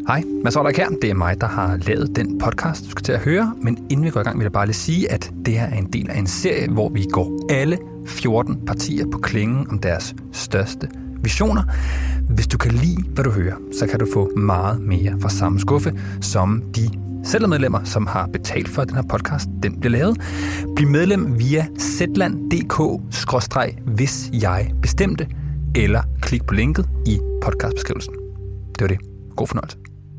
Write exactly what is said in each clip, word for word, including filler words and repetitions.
Hej, Mads Olrik her. Det er mig, der har lavet den podcast, du skal til at høre. Men inden vi går i gang, vil jeg bare lige sige, at det her er en del af en serie, hvor vi går alle fjorten partier på klingen om deres største visioner. Hvis du kan lide, hvad du hører, så kan du få meget mere fra samme skuffe, som de medlemmer, som har betalt for, at den her podcast den bliver lavet. Bliv medlem via zetland punktum d k skråstreg hvis jeg bestemte, eller klik på linket i podcastbeskrivelsen. Det var det. God fornøjelse.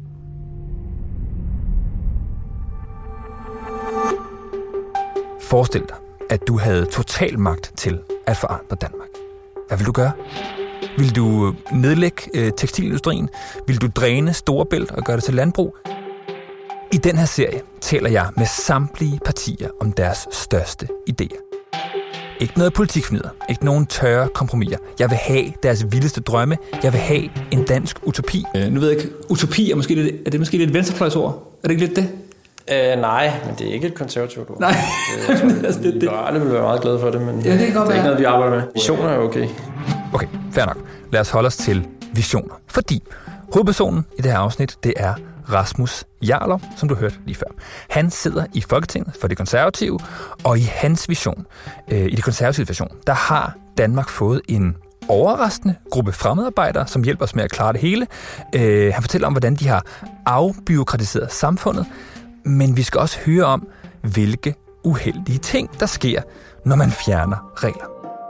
Forestil dig, at du havde total magt til at forandre Danmark. Hvad vil du gøre? Vil du nedlægge øh, tekstilindustrien? Vil du dræne Storebælt og gøre det til landbrug? I den her serie taler jeg med samtlige partier om deres største idéer. Ikke noget politikfnider, ikke nogen tørre kompromiser. Jeg vil have deres vildeste drømme. Jeg vil have en dansk utopi. Øh, nu ved jeg ikke, utopi er, måske lidt, er det måske lidt et venstrefløjsord? Er det ikke lidt det? Øh, nej, men det er ikke et konservativt ord. Nej, det, tror, men altså, det, det. Liberale vil være meget glade for det, men ja, det, det er ikke noget, vi arbejder med. Visioner er okay. Okay, fair nok. Lad os holde os til visioner. Fordi hovedpersonen i det her afsnit, det er Rasmus Jarlov, som du hørte lige før. Han sidder i Folketinget for det konservative, og i hans vision, øh, i det konservative vision, der har Danmark fået en overraskende gruppe fremmedarbejdere, som hjælper os med at klare det hele. Øh, han fortæller om, hvordan de har afbureaukratiseret samfundet, men vi skal også høre om, hvilke uheldige ting, der sker, når man fjerner regler.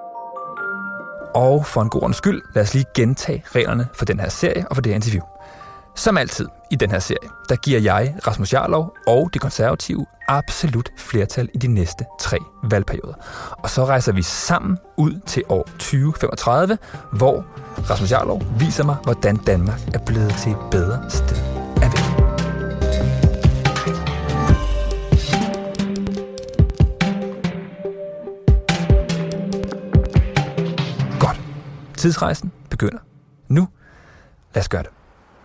Og for en god ordens skyld, lad os lige gentage reglerne for den her serie og for det her interview. Som altid i den her serie, der giver jeg, Rasmus Jarlov og det konservative absolut flertal i de næste tre valgperioder. Og så rejser vi sammen ud til år tyve femogtredive, hvor Rasmus Jarlov viser mig, hvordan Danmark er blevet til et bedre sted at være. Godt. Tidsrejsen begynder nu. Lad os gøre det.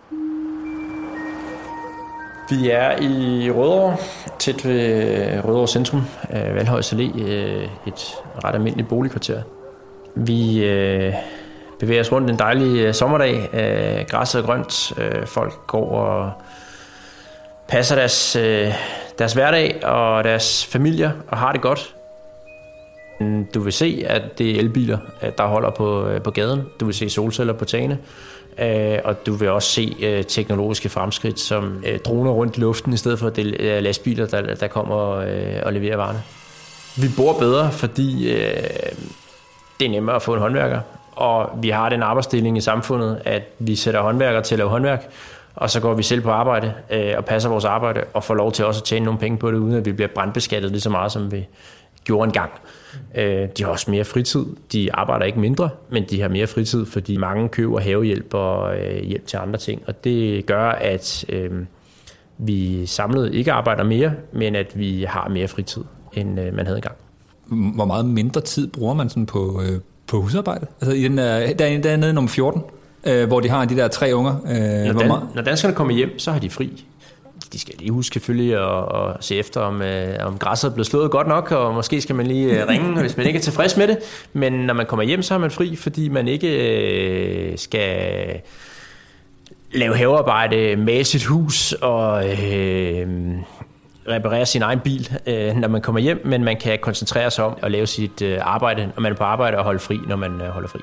Vi er i Rødovre, tæt ved Rødovre Centrum, Valhøjs Allé, et ret almindeligt boligkvarter. Vi bevæger os rundt en dejlig sommerdag, græsset er grønt, folk går og passer deres, deres hverdag og deres familier og har det godt. Du vil se, at det er elbiler, der holder på, på gaden. Du vil se solceller på tagene. Og du vil også se teknologiske fremskridt, som droner rundt i luften, i stedet for lastbiler, der, der kommer og leverer varerne. Vi bor bedre, fordi det er nemmere at få en håndværker. Og vi har den arbejdsdeling i samfundet, at vi sætter håndværkere til at lave håndværk, og så går vi selv på arbejde og passer vores arbejde og får lov til også at tjene nogle penge på det, uden at vi bliver brandbeskattet lige så meget, som vi gjorde engang. De har også mere fritid. De arbejder ikke mindre, men de har mere fritid, fordi mange køber havehjælp og hjælp til andre ting. Og det gør, at øh, vi samlet ikke arbejder mere, men at vi har mere fritid, end øh, man havde engang. Hvor meget mindre tid bruger man sådan på, øh, på husarbejde? Altså i den der, der, der er nede nummer fjorten, øh, hvor de har de der tre unger. Øh, når, dan, når danskerne kommer hjem, så har de fri. De skal lige huske selvfølgelig at, at se efter, om, øh, om græsset er blevet slået godt nok, og måske skal man lige øh, ringe, hvis man ikke er tilfreds med det. Men når man kommer hjem, så er man fri, fordi man ikke øh, skal lave havearbejde, male sit hus og øh, reparere sin egen bil, øh, når man kommer hjem. Men man kan koncentrere sig om at lave sit øh, arbejde, når man er på arbejde, og holde fri, når man øh, holder fri.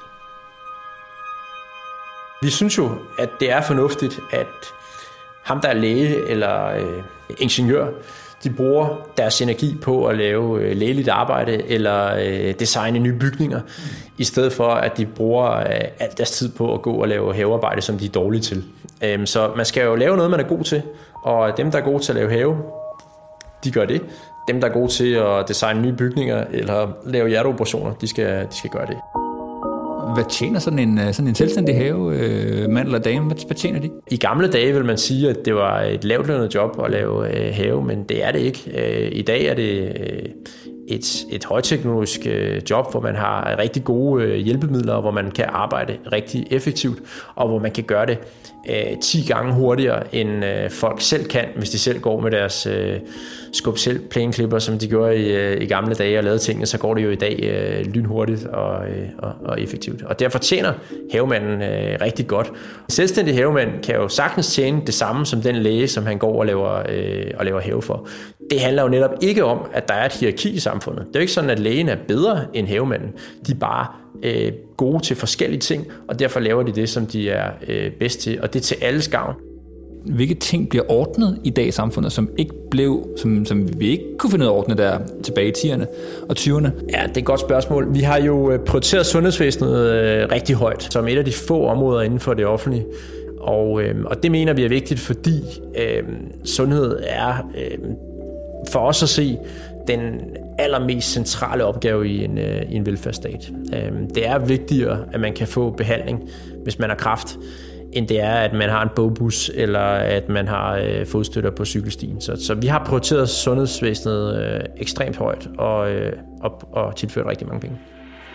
Vi synes jo, at det er fornuftigt, at ham, der er læge eller øh, ingeniør, de bruger deres energi på at lave øh, lægeligt arbejde eller øh, designe nye bygninger, mm. i stedet for, at de bruger øh, alt deres tid på at gå og lave havearbejde, som de er dårlige til. Øhm, så man skal jo lave noget, man er god til, og dem, der er gode til at lave have, de gør det. Dem, der er gode til at designe nye bygninger eller lave hjerteoperationer, de skal, de skal gøre det. Hvad tjener sådan en, sådan en selvstændig have, øh, mand eller dame? Hvad, hvad tjener de? I gamle dage vil man sige, at det var et lavtlønnet job at lave øh, have, men det er det ikke. Øh, I dag er det øh, et, et højteknologisk øh, job, hvor man har rigtig gode øh, hjælpemidler, hvor man kan arbejde rigtig effektivt, og hvor man kan gøre det øh, ti gange hurtigere, end øh, folk selv kan, hvis de selv går med deres øh, skub selv plæneklipper, som de gjorde i, øh, i gamle dage og lavede tingene, så går det jo i dag øh, lynhurtigt og, øh, og, og effektivt. Og derfor tjener havemanden øh, rigtig godt. En selvstændig havemand kan jo sagtens tjene det samme som den læge, som han går og laver, øh, og laver have for. Det handler jo netop ikke om, at der er et hierarki i samfundet. Det er jo ikke sådan, at lægen er bedre end havemanden. De er bare øh, gode til forskellige ting, og derfor laver de det, som de er øh, bedst til, og det er til alles gavn. Hvilke ting bliver ordnet i dag i samfundet, som ikke blev, som, som vi ikke kunne finde ud af at ordne der tilbage i tierne og tyverne? Ja, det er et godt spørgsmål. Vi har jo prioriteret sundhedsvæsenet øh, rigtig højt, som et af de få områder inden for det offentlige. Og, øh, og det mener vi er vigtigt, fordi øh, sundhed er øh, for os at se den allermest centrale opgave i en, øh, i en velfærdsstat. Øh, det er vigtigere, at man kan få behandling, hvis man har kræft, end det er, at man har en bogbus, eller at man har øh, fodstøtter på cykelstien. Så, så vi har prioriteret sundhedsvæsenet øh, ekstremt højt, og, øh, og, og tilført rigtig mange penge.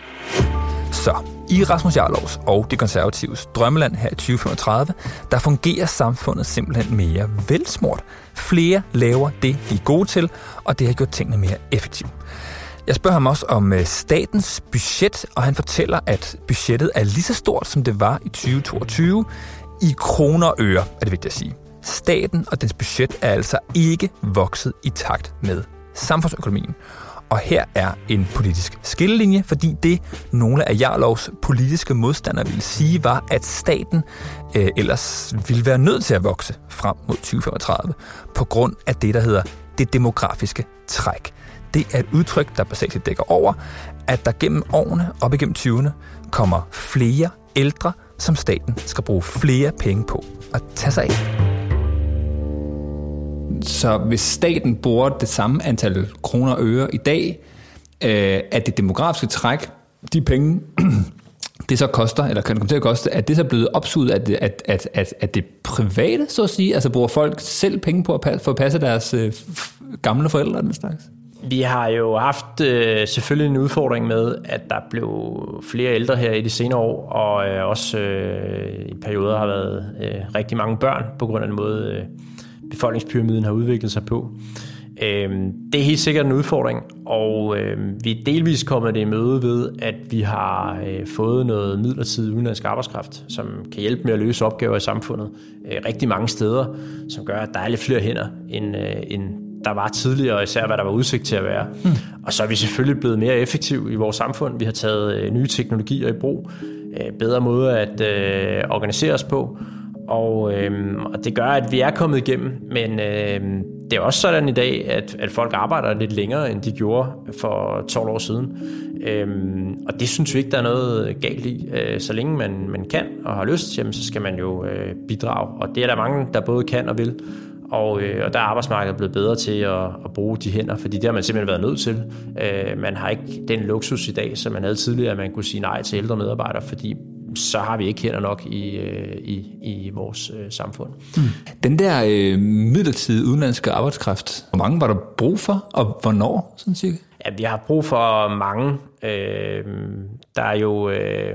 Så i Rasmus Jarlovs og De Konservatives drømmeland her i tyve femogtredive, der fungerer samfundet simpelthen mere velsmurt. Flere laver det, de er gode til, og det har gjort tingene mere effektive. Jeg spørger ham også om statens budget, og han fortæller, at budgettet er lige så stort, som det var i tyve toogtyve. I kroner og øre, er det vigtigt at sige. Staten og dens budget er altså ikke vokset i takt med samfundsøkonomien. Og her er en politisk skillelinje, fordi det nogle af Jarlovs politiske modstandere ville sige, var, at staten øh, ellers ville være nødt til at vokse frem mod tyve femogtredive på grund af det, der hedder det demografiske træk. Det er et udtryk, der basalt dækker over, at der gennem årene op igennem tyverne kommer flere ældre, som staten skal bruge flere penge på at tage sig af. Så hvis staten bruger det samme antal kroner og øre i dag, øh, at det demografiske træk, de penge, det så koster, eller kan det komme til at koste, at det så blevet opsuget af det, at, at, at, at det private, så at sige? Altså bruger folk selv penge på at passe, for at passe deres øh, gamle forældre den slags? Vi har jo haft øh, selvfølgelig en udfordring med, at der blev flere ældre her i de senere år, og øh, også øh, i perioder har været øh, rigtig mange børn, på grund af den måde øh, befolkningspyramiden har udviklet sig på. Øh, det er helt sikkert en udfordring, og øh, vi er delvis kommet det i møde ved, at vi har øh, fået noget midlertidig udenlandsk arbejdskraft, som kan hjælpe med at løse opgaver i samfundet øh, rigtig mange steder, som gør, at der er lidt flere hænder end, øh, end der var tidligere, især hvad der var udsigt til at være. Hmm. Og så er vi selvfølgelig blevet mere effektive i vores samfund. Vi har taget øh, nye teknologier i brug, øh, bedre måder at øh, organisere os på, og, øh, og det gør, at vi er kommet igennem, men øh, det er også sådan i dag, at, at folk arbejder lidt længere, end de gjorde for tolv år siden. Øh, og det synes vi ikke, der er noget galt i. Øh, så længe man, man kan og har lyst, jamen, så skal man jo øh, bidrage. Og det er der mange, der både kan og vil. Og, øh, og der er arbejdsmarkedet blevet bedre til at, at bruge de hænder, fordi det har man simpelthen været nødt til. Øh, man har ikke den luksus i dag, som man havde tidligere, at man kunne sige nej til ældre medarbejdere, fordi så har vi ikke hænder nok i, øh, i, i vores øh, samfund. Mm. Den der øh, midlertidige udenlandske arbejdskraft, hvor mange var der brug for, og hvornår, sådan cirka? Ja, vi har brug for mange. Øh, der er jo... Øh,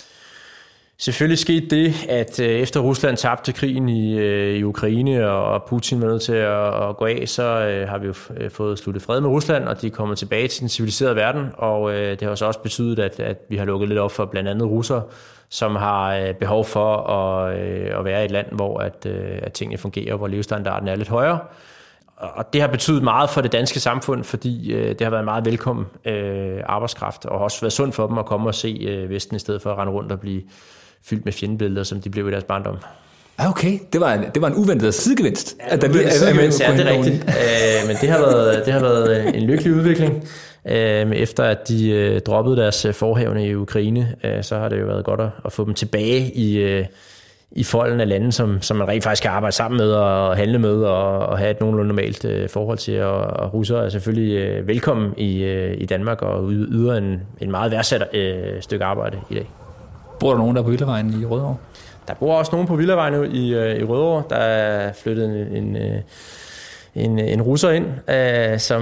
Selvfølgelig skete det, at efter Rusland tabte krigen i, i Ukraine, og Putin var nødt til at, at gå af, så har vi jo fået sluttet fred med Rusland, og de er kommet tilbage til den civiliserede verden, og det har så også betydet, at, at vi har lukket lidt op for blandt andet russere, som har behov for at, at være i et land, hvor at, at tingene fungerer, hvor levestandarden er lidt højere. Og det har betydet meget for det danske samfund, fordi det har været en meget velkommen arbejdskraft, og har også været sundt for dem at komme og se Vesten, i stedet for at rende rundt og blive fyldt med fjendebilleder, som de blev i deres barndom. Okay, det var en, det var en uventet sidegevinst. Ja, det, det, sidegevinst, ja, det er rigtigt. Øh, men det har, været, det har været en lykkelig udvikling. Øh, efter at de øh, droppede deres forhavne i Ukraine, øh, så har det jo været godt at, at få dem tilbage i, øh, i folden af lande, som, som man rent faktisk kan arbejde sammen med og handle med og, og have et nogenlunde normalt øh, forhold til. Og, og russere er selvfølgelig øh, velkommen i, øh, i Danmark og yder en, en meget værdsat øh, stykke arbejde i dag. Bor der nogen, der er på Villavejen i Rødovre? Der bor også nogen på Villavejen i, i Rødovre. Der er flyttet en, en, en, en russer ind, øh, som,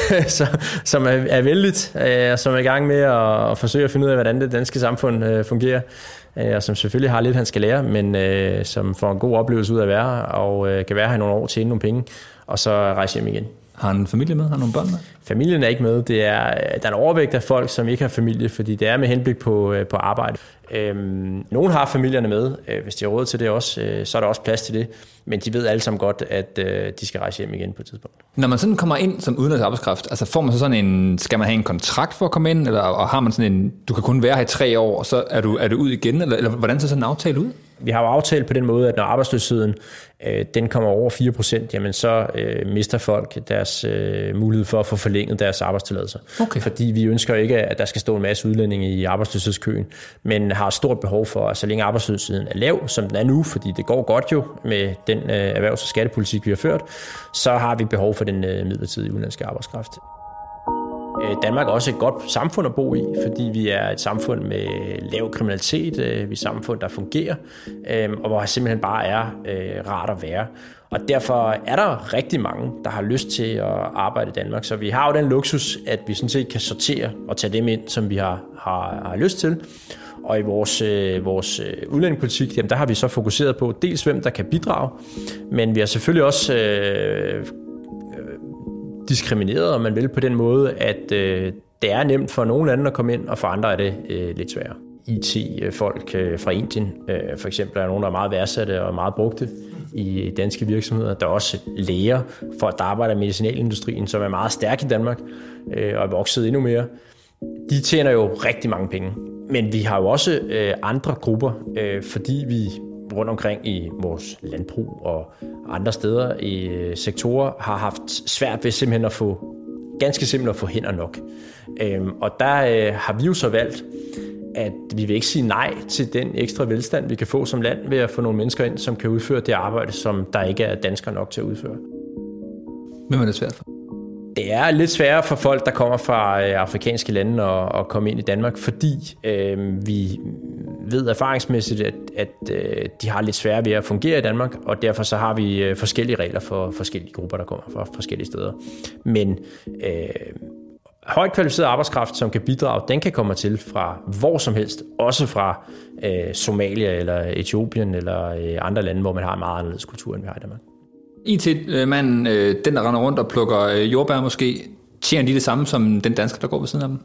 som er, er vældigt, øh, og som er i gang med at, at forsøge at finde ud af, hvordan det danske samfund øh, fungerer, øh, og som selvfølgelig har lidt, han skal lære, men øh, som får en god oplevelse ud af at være her, og øh, kan være her i nogle år, tjene nogle penge, og så rejse hjem igen. Har han en familie med? Har han nogle børn med? Familien er ikke med. Det er, der er en overvægt af folk, som ikke har familie, fordi det er med henblik på, på arbejde. Øhm, nogle har familierne med, øh, hvis de har råd til det også, øh, så er der også plads til det. Men de ved alle sammen godt, at øh, de skal rejse hjem igen på et tidspunkt. Når man sådan kommer ind som udenlandsk arbejdskraft, altså får man så sådan en, skal man have en kontrakt for at komme ind, eller og har man sådan en, du kan kun være her i tre år, og så er du, er du ud igen, eller, eller hvordan ser sådan en aftale ud? Vi har jo aftalt på den måde, at når arbejdsløsheden øh, den kommer over fire procent, jamen så øh, mister folk deres øh, mulighed for at få forlænget deres arbejdstilladelser. Okay. Fordi vi ønsker ikke, at der skal stå en masse udlændinge i arbejdsløshedskøen, men har stort behov for, at så længe arbejdsløsheden er lav, som den er nu, fordi det går godt jo med den øh, erhvervs- og skattepolitik, vi har ført, så har vi behov for den øh, midlertidige udenlandske arbejdskraft. Danmark er også et godt samfund at bo i, fordi vi er et samfund med lav kriminalitet, vi er et samfund, der fungerer, og hvor det simpelthen bare er rart at være. Og derfor er der rigtig mange, der har lyst til at arbejde i Danmark, så vi har jo den luksus, at vi sådan set kan sortere og tage dem ind, som vi har, har, har lyst til. Og i vores, vores udlændingepolitik, jamen der har vi så fokuseret på dels hvem der kan bidrage, men vi har selvfølgelig også øh, diskrimineret, om man vil, på den måde, at øh, det er nemt for nogle lande at komme ind, og for andre er det øh, lidt sværere. I T-folk øh, fra Indien, øh, for eksempel, er nogen, der er meget værdsatte og meget brugte i danske virksomheder. Der er også læger, folk, der arbejder i medicinalindustrien, som er meget stærke i Danmark øh, og er vokset endnu mere. De tjener jo rigtig mange penge. Men vi har jo også øh, andre grupper, øh, fordi vi rundt omkring i vores landbrug og andre steder i sektorer har haft svært ved simpelthen at få, ganske simpelthen at få hænder nok. Øhm, og der øh, har vi jo så valgt, at vi vil ikke sige nej til den ekstra velstand, vi kan få som land ved at få nogle mennesker ind, som kan udføre det arbejde, som der ikke er danskere nok til at udføre. Hvem er det svært for? Det er lidt sværere for folk, der kommer fra øh, afrikanske lande at, at komme ind i Danmark, fordi øh, vi ved erfaringsmæssigt, at, at øh, de har lidt sværere ved at fungere i Danmark, og derfor så har vi øh, forskellige regler for forskellige grupper, der kommer fra forskellige steder. Men øh, højt kvalificeret arbejdskraft, som kan bidrage, den kan komme til fra hvor som helst, også fra øh, Somalia eller Etiopien eller øh, andre lande, hvor man har en meget anderledes kultur, end vi har i Danmark. I T-manden, øh, den der render rundt og plukker øh, jordbær måske, tjener de det samme som den dansker, der går ved siden af dem?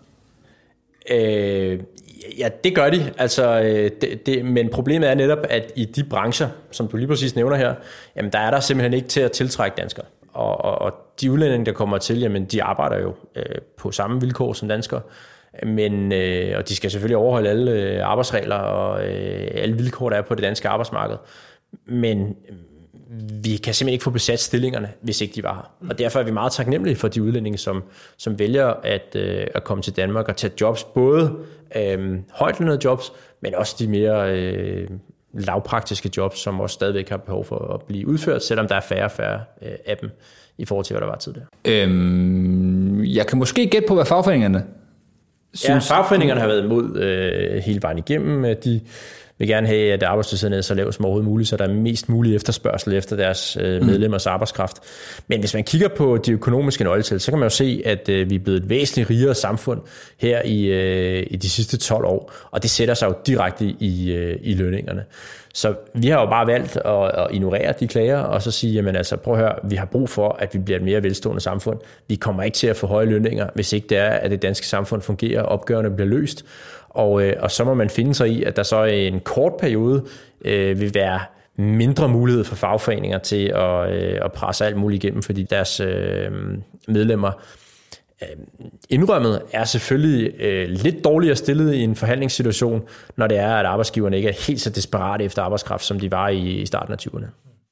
Øh, ja, det gør de. Altså, det, det, men problemet er netop, at i de brancher, som du lige præcis nævner her, jamen, der er der simpelthen ikke til at tiltrække danskere. Og, og, og de udlændinge, der kommer til, jamen, de arbejder jo øh, på samme vilkår som danskere. Men, øh, og de skal selvfølgelig overholde alle øh, arbejdsregler og øh, alle vilkår, der er på det danske arbejdsmarked. Men vi kan simpelthen ikke få besat stillingerne, hvis ikke de var her. Og derfor er vi meget taknemmelige for de udlændinge, som, som vælger at, øh, at komme til Danmark og tage jobs, både øh, højtlønnede jobs, men også de mere øh, lavpraktiske jobs, som også stadigvæk har behov for at blive udført, selvom der er færre og færre øh, af dem i forhold til, hvad der var tidligere. Øhm, jeg kan måske gætte på, hvad fagforeningerne synes. Ja, fagforeningerne har været imod øh, hele vejen igennem. De vil gerne have, at arbejdsløsheden er så lav som overhovedet muligt, så der er mest mulig efterspørgsel efter deres øh, medlemmers arbejdskraft. Men hvis man kigger på de økonomiske nøgletal, så kan man jo se, at øh, vi er blevet et væsentligt rigere samfund her i, øh, i de sidste tolv år, og det sætter sig jo direkte i, øh, i lønningerne. Så vi har jo bare valgt at, at ignorere de klager, og så sige, jamen altså, prøv at høre, vi har brug for, at vi bliver et mere velstående samfund. Vi kommer ikke til at få høje lønninger, hvis ikke det er, at det danske samfund fungerer, og opgaverne bliver løst. Og, øh, og så må man finde sig i, at der så i en kort periode øh, vil være mindre mulighed for fagforeninger til at, øh, at presse alt muligt igennem, fordi deres øh, medlemmer øh, indrømmet er selvfølgelig øh, lidt dårligere stillet i en forhandlingssituation, når det er, at arbejdsgiverne ikke er helt så desperate efter arbejdskraft, som de var i, i starten af tyverne.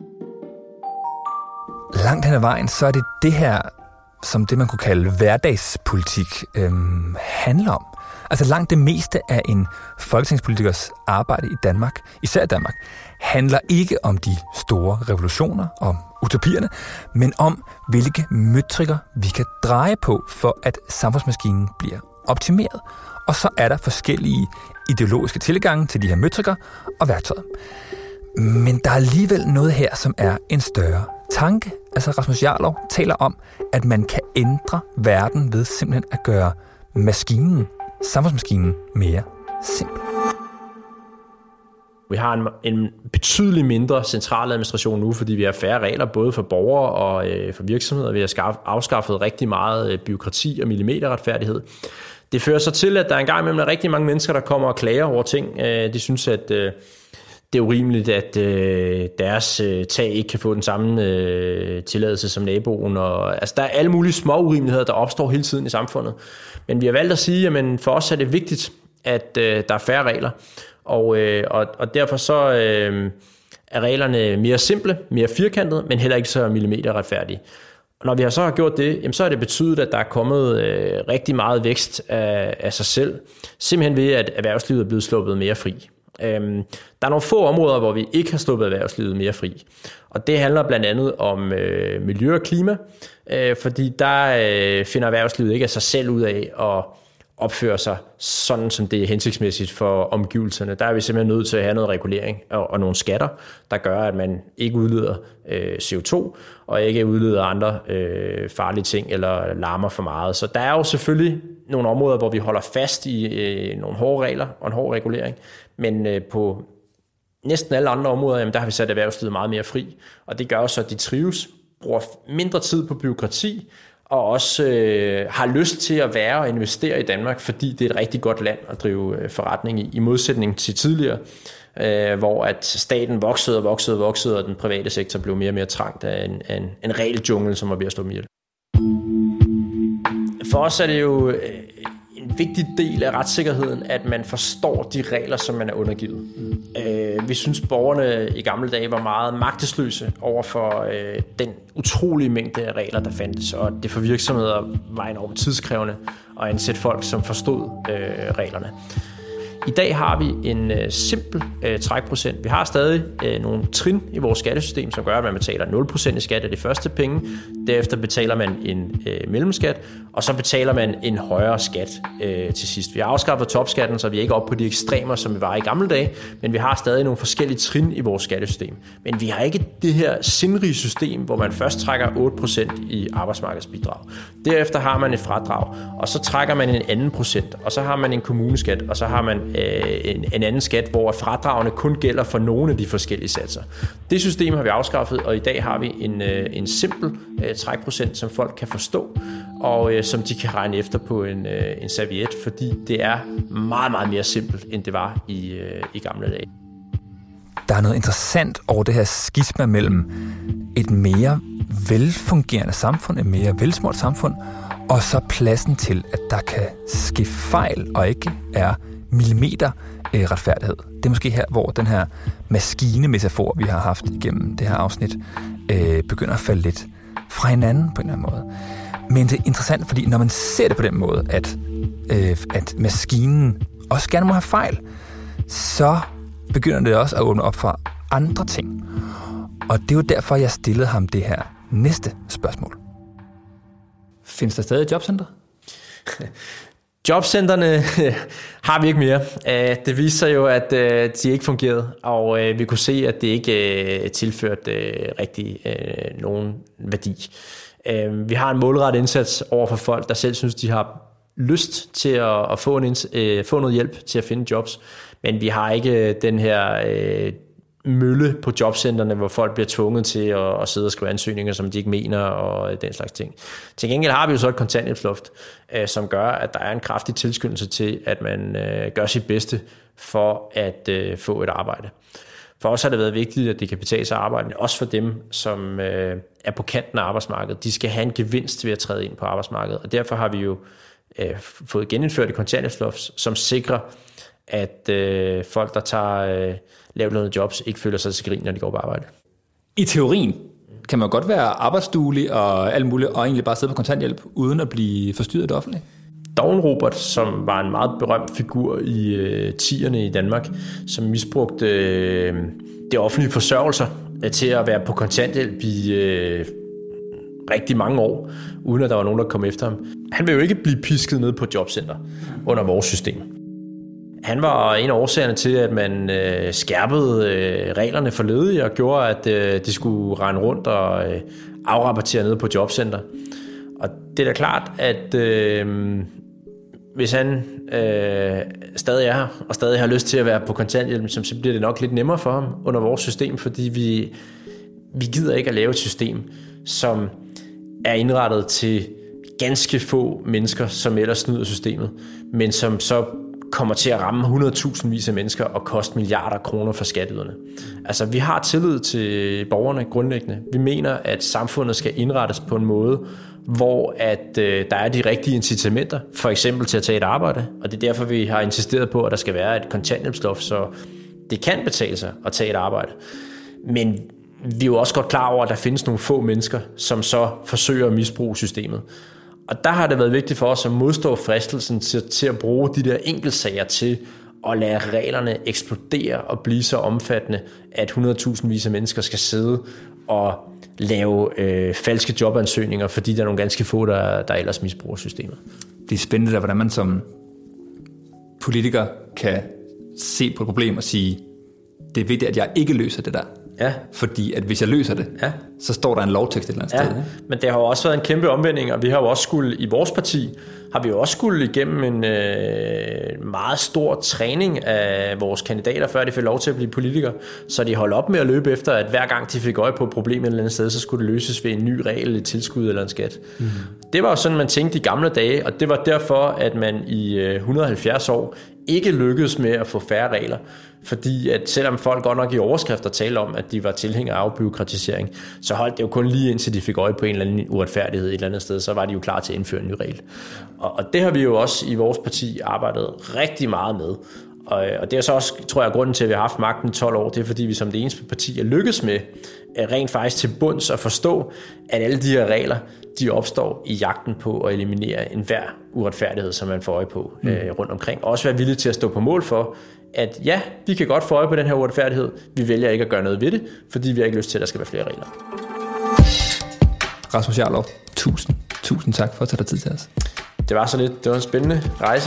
Langt hen ad vejen, så er det det her, som det man kunne kalde hverdagspolitik, øh, handler om. Altså langt det meste af en folketingspolitikers arbejde i Danmark, især i Danmark, handler ikke om de store revolutioner og utopierne, men om, hvilke møtrikker vi kan dreje på, for at samfundsmaskinen bliver optimeret. Og så er der forskellige ideologiske tilgange til de her møtrikker og værktøjer. Men der er alligevel noget her, som er en større tanke. Altså Rasmus Jarlov taler om, at man kan ændre verden ved simpelthen at gøre maskinen, samfundsmaskinen, mere simpel. Vi har en, en betydelig mindre central administration nu, fordi vi har færre regler, både for borgere og øh, for virksomheder. Vi har skaff, afskaffet rigtig meget øh, byråkrati og millimeterretfærdighed. Det fører så til, at der er en gang imellem er rigtig mange mennesker, der kommer og klager over ting. Øh, de synes, at øh, det er urimeligt, at øh, deres øh, tag ikke kan få den samme øh, tilladelse som naboen. Og, altså, der er alle mulige små urimeligheder, der opstår hele tiden i samfundet. Men vi har valgt at sige, at for os er det vigtigt, at øh, der er færre regler. Og, øh, og, og derfor så øh, er reglerne mere simple, mere firkantede, men heller ikke så millimeterretfærdige. Og når vi har så har gjort det, jamen, så har det betydet, at der er kommet øh, rigtig meget vækst af, af sig selv. Simpelthen ved, at erhvervslivet er blevet sluppet mere fri. Øhm, der er nogle få områder, hvor vi ikke har sluppet erhvervslivet mere fri. Og det handler blandt andet om øh, miljø og klima, øh, fordi der øh, finder erhvervslivet ikke af sig selv ud af at opføre sig sådan, som det er hensigtsmæssigt for omgivelserne. Der er vi simpelthen nødt til at have noget regulering og, og nogle skatter, der gør, at man ikke udleder øh, C O to og ikke udleder andre øh, farlige ting eller larmer for meget. Så der er jo selvfølgelig nogle områder, hvor vi holder fast i øh, nogle hårde regler og en hård regulering, men øh, på næsten alle andre områder, jamen, der har vi sat erhvervslivet meget mere fri, og det gør også, at de trives, bruger mindre tid på bureaukrati, og også øh, har lyst til at være og investere i Danmark, fordi det er et rigtig godt land at drive øh, forretning i, i modsætning til tidligere, øh, hvor at staten voksede og voksede og voksede, og den private sektor blev mere og mere trængt af en, en, en regeljungle, som var ved at slå dem ihjel. For os er det jo øh, en vigtig del af retssikkerheden, at man forstår de regler, som man er undergivet. Mm. Øh, vi synes, borgerne i gamle dage var meget magtesløse over for øh, den utrolige mængde af regler, der fandtes, og det for virksomheder var enormt tidskrævende at ansætte folk, som forstod øh, reglerne. I dag har vi en øh, simpel øh, trækprocent. Vi har stadig øh, nogle trin i vores skattesystem, som gør, at man betaler nul procent i skat af de første penge. Derefter betaler man en øh, mellemskat, og så betaler man en højere skat øh, til sidst. Vi har afskaffet topskatten, så vi er ikke oppe på de ekstremer, som vi var i gamle dage, men vi har stadig nogle forskellige trin i vores skattesystem. Men vi har ikke det her sindrige system, hvor man først trækker otte procent i arbejdsmarkedsbidrag. Derefter har man et fradrag, og så trækker man en anden procent, og så har man en kommuneskat, og så har man En, en anden skat, hvor fradragene kun gælder for nogle af de forskellige satser. Det system har vi afskaffet, og i dag har vi en, en simpel uh, trækprocent, som folk kan forstå, og uh, som de kan regne efter på en, uh, en serviet, fordi det er meget, meget mere simpelt, end det var i, uh, i gamle dage. Der er noget interessant over det her skisma mellem et mere velfungerende samfund, et mere velsmurt samfund, og så pladsen til, at der kan ske fejl, og ikke er millimeter øh, retfærdighed. Det er måske her, hvor den her maskine-metafor, vi har haft igennem det her afsnit, øh, begynder at falde lidt fra hinanden på en eller anden måde. Men det er interessant, fordi når man ser det på den måde, at, øh, at maskinen også gerne må have fejl, så begynder det også at åbne op for andre ting. Og det er jo derfor, jeg stillede ham det her næste spørgsmål. Findes der stadig jobcenter? Jobcentrene har vi ikke mere. Det viser sig jo, at de ikke fungerede, og vi kunne se, at det ikke tilførte rigtig nogen værdi. Vi har en målrettet indsats over for folk, der selv synes, de har lyst til at få, en, få noget hjælp til at finde jobs, men vi har ikke den her mølle på jobcentrene, hvor folk bliver tvunget til at, at sidde og skrive ansøgninger, som de ikke mener, og den slags ting. Til gengæld har vi jo så et kontanthjælpsloft, øh, som gør, at der er en kraftig tilskyndelse til, at man øh, gør sit bedste for at øh, få et arbejde. For os har det været vigtigt, at det kan betale sig at arbejde, men også for dem, som øh, er på kanten af arbejdsmarkedet. De skal have en gevinst ved at træde ind på arbejdsmarkedet, og derfor har vi jo øh, fået genindført et kontanthjælpsloft, som sikrer, at øh, folk, der tager øh, lavtlønnede jobs, ikke føler sig til grin, når de går på arbejde. I teorien kan man godt være arbejdsduelig og alt muligt, og egentlig bare sidde på kontanthjælp, uden at blive forstyrret af det offentlige? Dawn Robert, som var en meget berømt figur i øh, tierne i Danmark, som misbrugte øh, det offentlige forsørgelser øh, til at være på kontanthjælp i øh, rigtig mange år, uden at der var nogen, der kom efter ham. Han vil jo ikke blive pisket ned på et jobcenter under vores system. Han var en af årsagerne til, at man øh, skærpede øh, reglerne for ledige og gjorde, at øh, de skulle rende rundt og øh, afrapportere ned på jobcenter. Og det er da klart, at øh, hvis han øh, stadig er her, og stadig har lyst til at være på kontanthjælp, så bliver det nok lidt nemmere for ham under vores system, fordi vi, vi gider ikke at lave et system, som er indrettet til ganske få mennesker, som ellers snyder systemet, men som så kommer til at ramme hundredtusindvis af mennesker og koste milliarder kroner for skatteyderne. Altså, vi har tillid til borgerne grundlæggende. Vi mener, at samfundet skal indrettes på en måde, hvor at, øh, der er de rigtige incitamenter, for eksempel til at tage et arbejde, og det er derfor, vi har insisteret på, at der skal være et kontanthjælpsloft, så det kan betale sig at tage et arbejde. Men vi er jo også godt klar over, at der findes nogle få mennesker, som så forsøger at misbruge systemet. Og der har det været vigtigt for os at modstå fristelsen til, til at bruge de der enkeltsager til at lade reglerne eksplodere og blive så omfattende, at hundredtusindvis af mennesker skal sidde og lave øh, falske jobansøgninger, fordi der er nogle ganske få, der, der ellers misbruger systemet. Det er spændende, der, hvordan man som politiker kan se på et problem og sige, det er vigtigt, at jeg ikke løser det der. Ja. Fordi at hvis jeg løser det, ja. så står der en lovtekst et eller andet ja. sted. Men det har jo også været en kæmpe omvending, og vi har jo også skulle, i vores parti, har vi jo også skulle igennem en øh, meget stor træning af vores kandidater, før de fik lov til at blive politikere, så de holdt op med at løbe efter, at hver gang de fik øje på et problem et eller andet sted, så skulle det løses ved en ny regel, et tilskud eller en skat. Mm. Det var jo sådan, man tænkte i gamle dage, og det var derfor, at man i øh, et hundrede og halvfjerds år ikke lykkedes med at få færre regler, fordi at selvom folk godt nok i overskrifter talte om, at de var tilhængere af afbureaukratisering, så holdt det jo kun lige indtil de fik øje på en eller anden uretfærdighed et eller andet sted, så var de jo klar til at indføre en ny regel. Og, og det har vi jo også i vores parti arbejdet rigtig meget med. Og, og det er så også, tror jeg, grunden til, at vi har haft magten i tolv år, det er fordi vi som det eneste parti er lykkes med rent faktisk til bunds at forstå, at alle de her regler, de opstår i jagten på at eliminere enhver uretfærdighed, som man får øje på mm. øh, rundt omkring. Og også være villig til at stå på mål for, at ja, vi kan godt få øje på den her uretfærdighed, vi vælger ikke at gøre noget ved det, fordi vi har ikke lyst til, at der skal være flere regler. Rasmus Jarlov, tusind, tusind tak for at tage dig tid til os. Det var så lidt, det var en spændende rejse.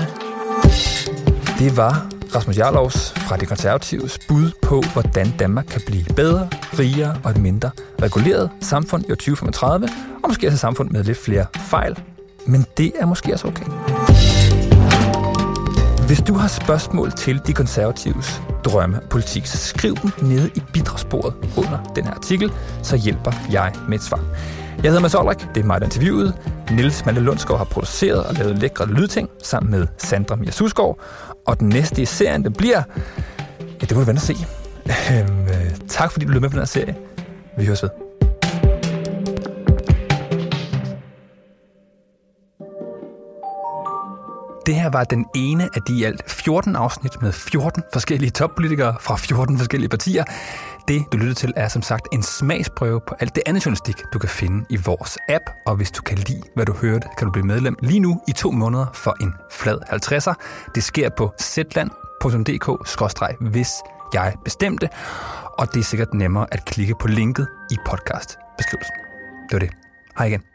Det var Rasmus Jarlovs fra De Konservatives bud på, hvordan Danmark kan blive bedre, rigere og et mindre reguleret samfund i år tyve femogtredive, og måske også et samfund med lidt flere fejl. Men det er måske også okay. Hvis du har spørgsmål til De Konservatives drømme og politik, så skriv dem nede i bidragsbordet under den her artikel, så hjælper jeg med et svar. Jeg hedder Mads Olrik, det er mig, der interviewede. Niels Malte Lundsgaard har produceret og lavet lækre lydting sammen med Sandra Mia Susgaard. Og den næste i serien, det bliver... Ja, det må du vente at se. Øhm, øh, tak fordi du lød med på den her serie. Vi høres ved. Det her var den ene af de i alt fjorten afsnit med fjorten forskellige toppolitikere fra fjorten forskellige partier. Det, du lytter til, er som sagt en smagsprøve på alt det andet journalistik, du kan finde i vores app. Og hvis du kan lide, hvad du hørte, kan du blive medlem lige nu i to måneder for en flad halvtredser. Det sker på zetland punktum d k skråstreg hvis jeg bestemte. Og det er sikkert nemmere at klikke på linket i podcastbeskrivelsen. Det var det. Hej igen.